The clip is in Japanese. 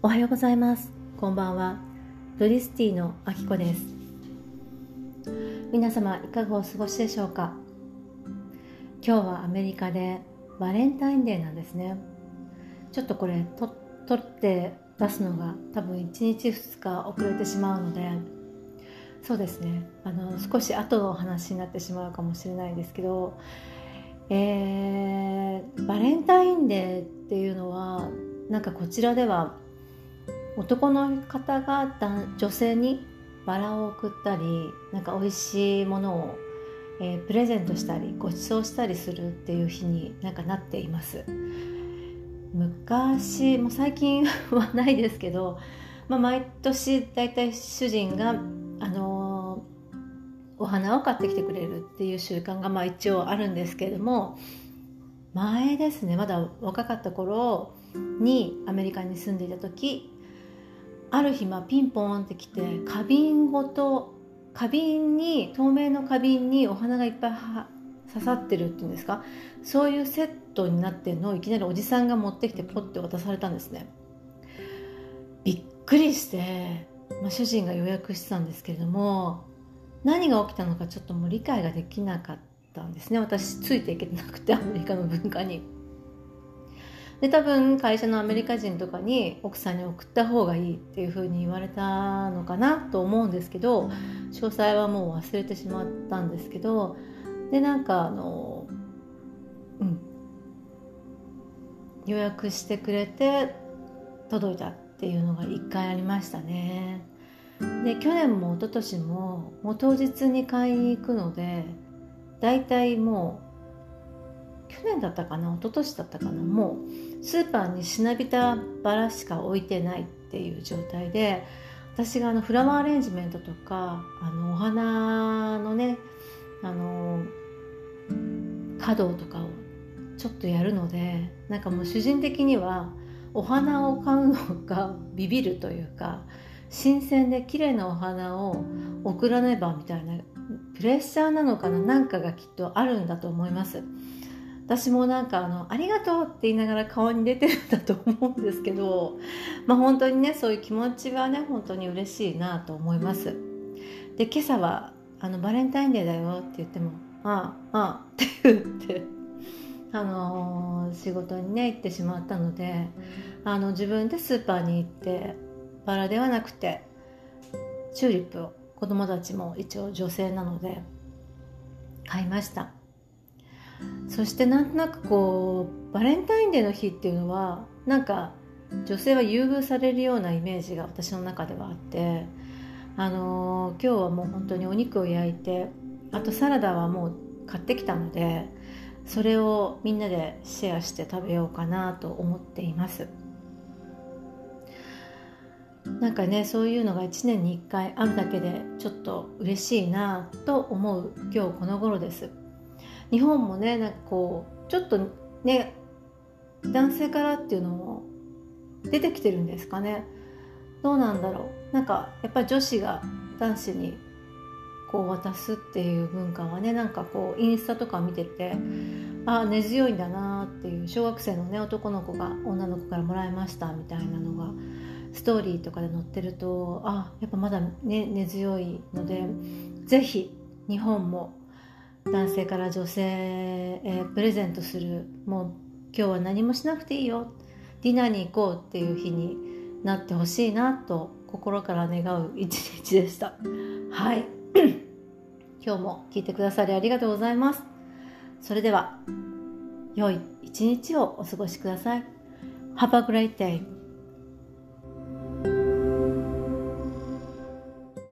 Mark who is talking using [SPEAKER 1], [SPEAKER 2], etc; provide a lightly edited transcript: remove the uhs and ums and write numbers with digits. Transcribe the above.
[SPEAKER 1] おはようございます。こんばんは。ドリスティのあきこです。皆様いかがお過ごしでしょうか。今日はアメリカでバレンタインデーなんですね。ちょっとこれ撮って出すのが多分1日2日遅れてしまうので、そうですね、少し後のお話になってしまうかもしれないですけど、バレンタインデーっていうのはなんかこちらでは男の方が女性にバラを贈ったり、なんか美味しいものを、プレゼントしたりご馳走したりするっていう日になんかなっています。昔も最近はないですけど、毎年だいたい主人がお花を買ってきてくれるっていう習慣が一応あるんですけれども、前ですね、まだ若かった頃にアメリカに住んでいた時、ある日ピンポンって来て、透明の花瓶にお花がいっぱい刺さってるっていうんですか、そういうセットになってるのをいきなりおじさんが持ってきてポッて渡されたんですね。びっくりして、主人が予約してたんですけれども、何が起きたのかちょっともう理解ができなかったんですね。私ついていけてなくて、アメリカの文化に。で、多分会社のアメリカ人とかに奥さんに送った方がいいっていう風に言われたのかなと思うんですけど、詳細はもう忘れてしまったんですけど、で予約してくれて届いたっていうのが1回ありましたね。で、去年も一昨年ももう当日に買いに行くので、だいたいもう去年だったかな、一昨年だったかな、もうスーパーにしなびたバラしか置いてないっていう状態で、私がフラワーアレンジメントとかお花のね華道とかをちょっとやるので、なんかもう主人的にはお花を買うのがビビるというか、新鮮で綺麗なお花を送らねばみたいなプレッシャーなのかな、なんかがきっとあるんだと思います。私もなんかありがとうって言いながら顔に出てるんだと思うんですけど、本当にね、そういう気持ちはね本当に嬉しいなと思います。で、今朝はバレンタインデーだよって言っても、ああって言って仕事にね行ってしまったので、自分でスーパーに行ってバラではなくてチューリップを、子供たちも一応女性なので買いました。そしてなんとなくバレンタインデーの日っていうのはなんか女性は優遇されるようなイメージが私の中ではあって、今日はもう本当にお肉を焼いて、あとサラダはもう買ってきたので、それをみんなでシェアして食べようかなと思っています。なんかね、そういうのが1年に1回あるだけでちょっと嬉しいなと思う今日この頃です。日本もね、なんかちょっとね、男性からっていうのも出てきてるんですかね。どうなんだろう。なんかやっぱり女子が男子に渡すっていう文化はね、なんかインスタとか見てて、根強いんだなっていう、小学生のね男の子が女の子からもらいましたみたいなのがストーリーとかで載ってると、やっぱまだね根強いので、ぜひ日本も男性から女性へプレゼントする、もう今日は何もしなくていいよ、ディナーに行こうっていう日になってほしいなと心から願う一日でした。はい今日も聞いてくださりありがとうございます。それでは良い一日をお過ごしください。Have a great day.